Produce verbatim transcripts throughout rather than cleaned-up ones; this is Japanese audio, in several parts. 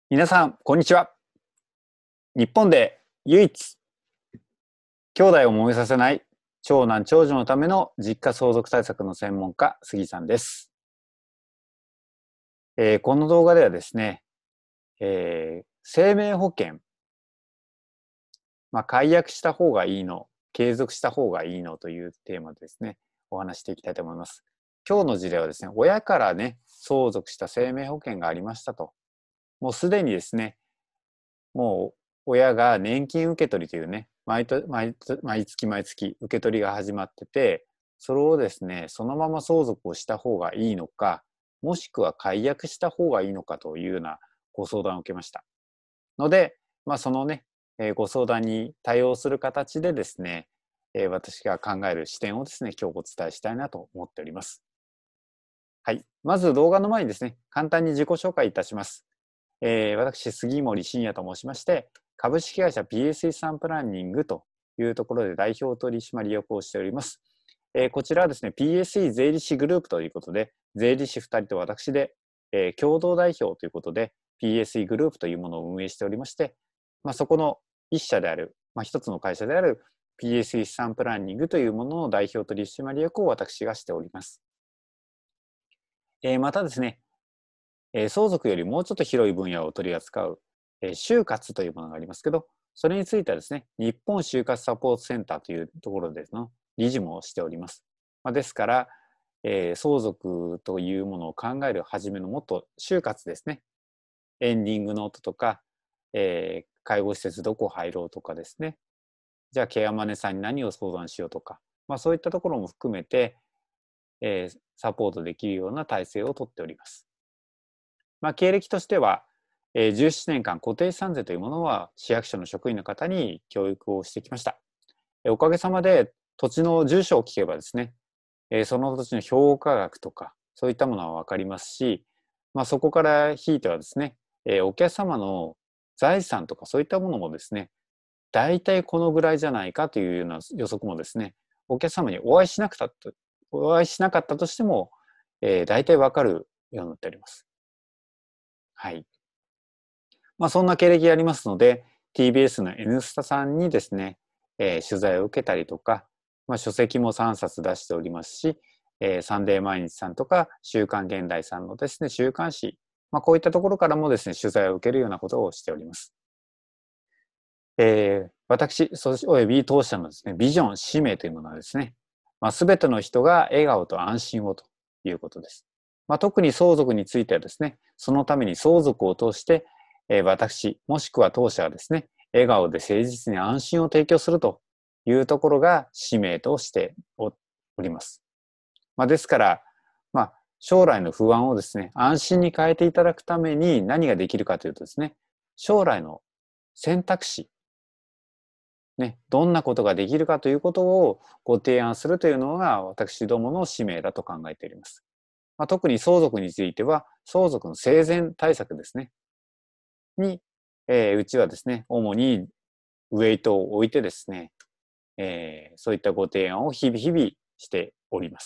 皆さん、こんにちは。日本で唯一、兄弟を揉めさせない長男長女のための実家相続対策の専門家、杉さんです。えーこの動画ではですね、えー生命保険、まあ、解約した方がいいの、継続した方がいいのというテーマでですね、お話していきたいと思います。今日の事例はですね、親からね、相続した生命保険がありましたと。もうすでにですね、もう親が年金受け取りというね、毎と毎毎月毎月受け取りが始まってて、それをですね、そのまま相続をした方がいいのか、もしくは解約した方がいいのかというようなご相談を受けました。ので、まあ、そのね、えーご相談に対応する形でですね、えー私が考える視点をですね、今日お伝えしたいなと思っております。はい。まず動画の前にですね、簡単に自己紹介いたします。えー、私、杉森信也と申しまして、株式会社 ピーエス 遺産プランニングというところで代表取締役をしております。えー、こちらはですね、ピーエスイー 税理士グループということで、税理士ふたりと私で、えー、共同代表ということで、ピーエスイー グループというものを運営しておりまして、まあ、そこの一社である、まあ、一つの会社である ピーエス 遺産プランニングというものの代表取締役を私がしております。えー、またですね、えー、相続よりもうちょっと広い分野を取り扱う、えー、就活というものがありますけど、それについてはですね、日本就活サポートセンターというところでの理事もしております。まあ、ですから、えー、相続というものを考える初めのもっと就活ですね。エンディングノートとか、えー、介護施設どこ入ろうとかですね。じゃあケアマネさんに何を相談しようとか、まあ、そういったところも含めて、えー、サポートできるような体制をとっております。まあ、経歴としては、えー、じゅうななねんかん固定資産税というものは市役所の職員の方に教育をしてきました。えー、おかげさまで土地の住所を聞けばですね、えー、その土地の評価額とかそういったものは分かりますし、まあ、そこから引いてはですね、えー、お客様の財産とかそういったものもですね、大体このぐらいじゃないかというような予測もですね、お客様にお会いしなくたお会いしなかったとしても、えー、大体分かるようになっております。はい。まあ、そんな経歴がありますので、ティービーエス の N スタさんにですね、えー取材を受けたりとか、まあ、書籍もさんさつ出しておりますし、えーサンデー毎日さんとか、週刊現代さんのですね、週刊誌、まあ、こういったところからもですね、取材を受けるようなことをしております。えー私、そしおよび当社のですね、ビジョン、使命というものはですね、まあ、全ての人が笑顔と安心をということです。まあ、特に相続についてはですね、そのために相続を通して、えー私、もしくは当社がですね、笑顔で誠実に安心を提供するというところが使命としております。まあ、ですから、まあ、将来の不安をですね、安心に変えていただくために何ができるかというとですね、将来の選択肢、ね、どんなことができるかということをご提案するというのが私どもの使命だと考えております。まあ、特に相続については、相続の生前対策ですね、に、えーうちはですね、主にウェイトを置いてですね、えーそういったご提案を日々日々しております。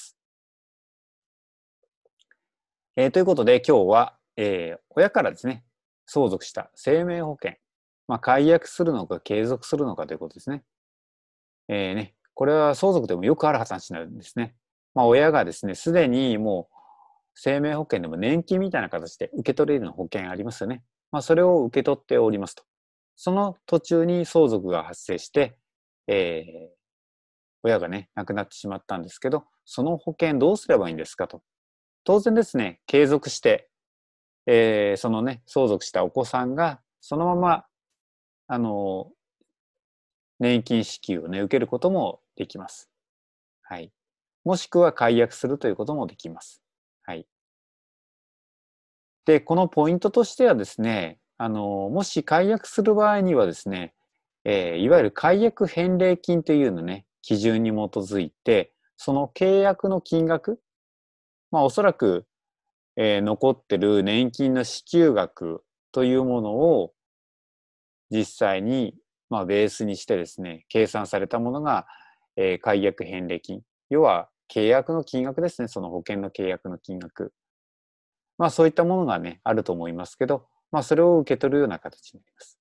えーということで今日は、えー親からですね、相続した生命保険、まあ、解約するのか継続するのかということですね。えーね、これは相続でもよくある話なんですね。まあ、親がですね、すでにもう生命保険でも年金みたいな形で受け取れるような保険ありますよね。まあ、それを受け取っておりますと。その途中に相続が発生して、えー、親がね、亡くなってしまったんですけど、その保険どうすればいいんですかと。当然ですね、継続して、えー、そのね、相続したお子さんが、そのまま、あの、年金支給をね、受けることもできます。はい。もしくは解約するということもできます。はい。で、このポイントとしてはですね、あの、もし解約する場合にはですね、えーいわゆる解約返礼金というのね、基準に基づいて、その契約の金額、まあおそらく、えー残ってる年金の支給額というものを実際に、まあ、ベースにしてですね、計算されたものが、えー解約返礼金。要は契約の金額ですね、その保険の契約の金額。まあそういったものがね、あると思いますけど、 まあ、それを受け取るような形になります。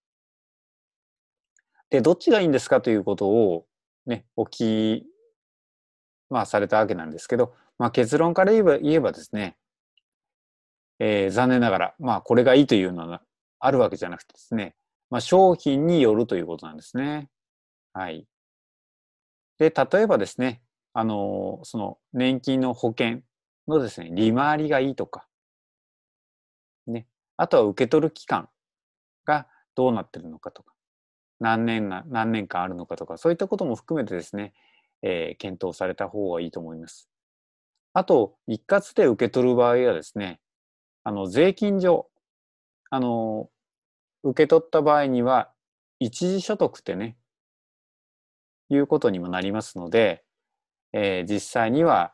で、どっちがいいんですかということをね、お聞き、まあ、されたわけなんですけど、まあ、結論から言えば言えばですね、えー残念ながら、まあ、これがいいというのはあるわけじゃなくてですね、まあ、商品によるということなんですね。はい。で、例えばですね、あの、その年金の保険のですね、利回りがいいとか、ね、あとは受け取る期間がどうなってるのかとか、何年な、何年間あるのかとか、そういったことも含めてですね、えー検討された方がいいと思います。あと、一括で受け取る場合はですね、あの、税金上、あの、受け取った場合には、一時所得ってね、いうことにもなりますので、えー実際には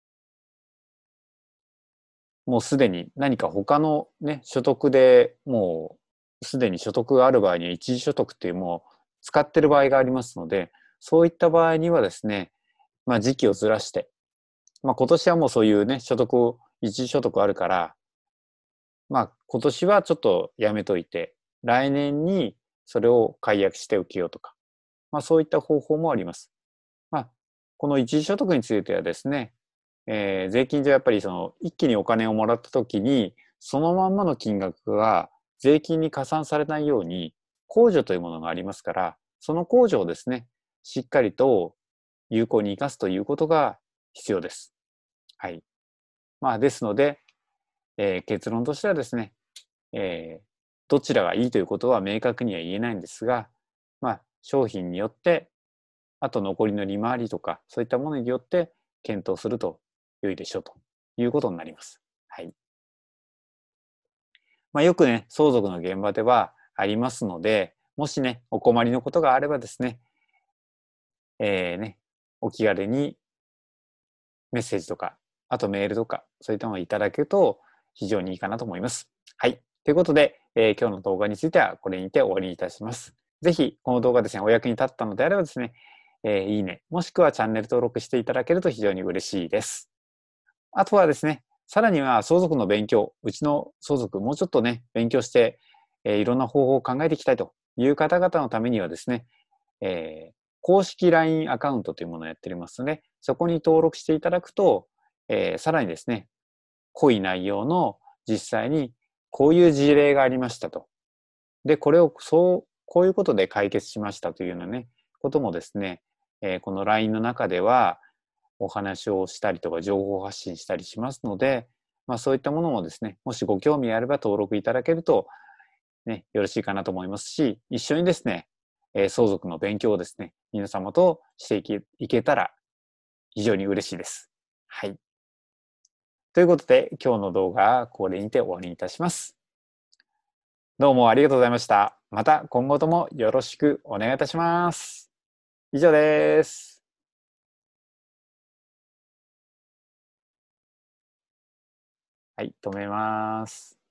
もうすでに何か他のね、所得でもうすでに所得がある場合には一時所得っていうもう使ってる場合がありますので、そういった場合にはですね、まあ時期をずらして、まあ今年はもうそういうね、所得、一時所得あるから、まあ今年はちょっとやめといて、来年にそれを解約しておきようとか、まあそういった方法もあります。まあ、この一時所得についてはですね、えー税金上やっぱりその一気にお金をもらった時にそのまんまの金額が税金に加算されないように控除というものがありますから、その控除をですねしっかりと有効に生かすということが必要です。はい。まあですので、えー結論としてはですね、えーどちらがいいということは明確には言えないんですが、まあ商品によってあと残りの利回りとかそういったものによって検討すると良いでしょうということになります。はい。まあ、よくね、相続の現場ではありますので、もしね、お困りのことがあればですね、えー、ね、お気軽にメッセージとか、あとメールとか、そういったものをいただけると非常にいいかなと思います。はい。ということで、えー今日の動画についてはこれにて終わりにいたします。ぜひ、この動画ですね、お役に立ったのであればですね、えーいいね、もしくはチャンネル登録していただけると非常に嬉しいです。あとはですね、さらには相続の勉強、うちの相続、もうちょっとね、勉強して、えーいろんな方法を考えていきたいという方々のためにはですね、えー公式 ライン アカウントというものをやっておりますので、そこに登録していただくと、えーさらにですね、濃い内容の実際にこういう事例がありましたと。で、これをそう、こういうことで解決しましたというようなね、こともですね、えーこの ライン の中ではお話をしたりとか情報発信したりしますので、まあそういったものもですね、もしご興味あれば登録いただけるとね、よろしいかなと思いますし、一緒にですね、えー相続の勉強をですね、皆様としていけいけたら非常に嬉しいです。はい。ということで、今日の動画はこれにて終わりにいたします。どうもありがとうございました。また今後ともよろしくお願いいたします。以上です。はい、止めます。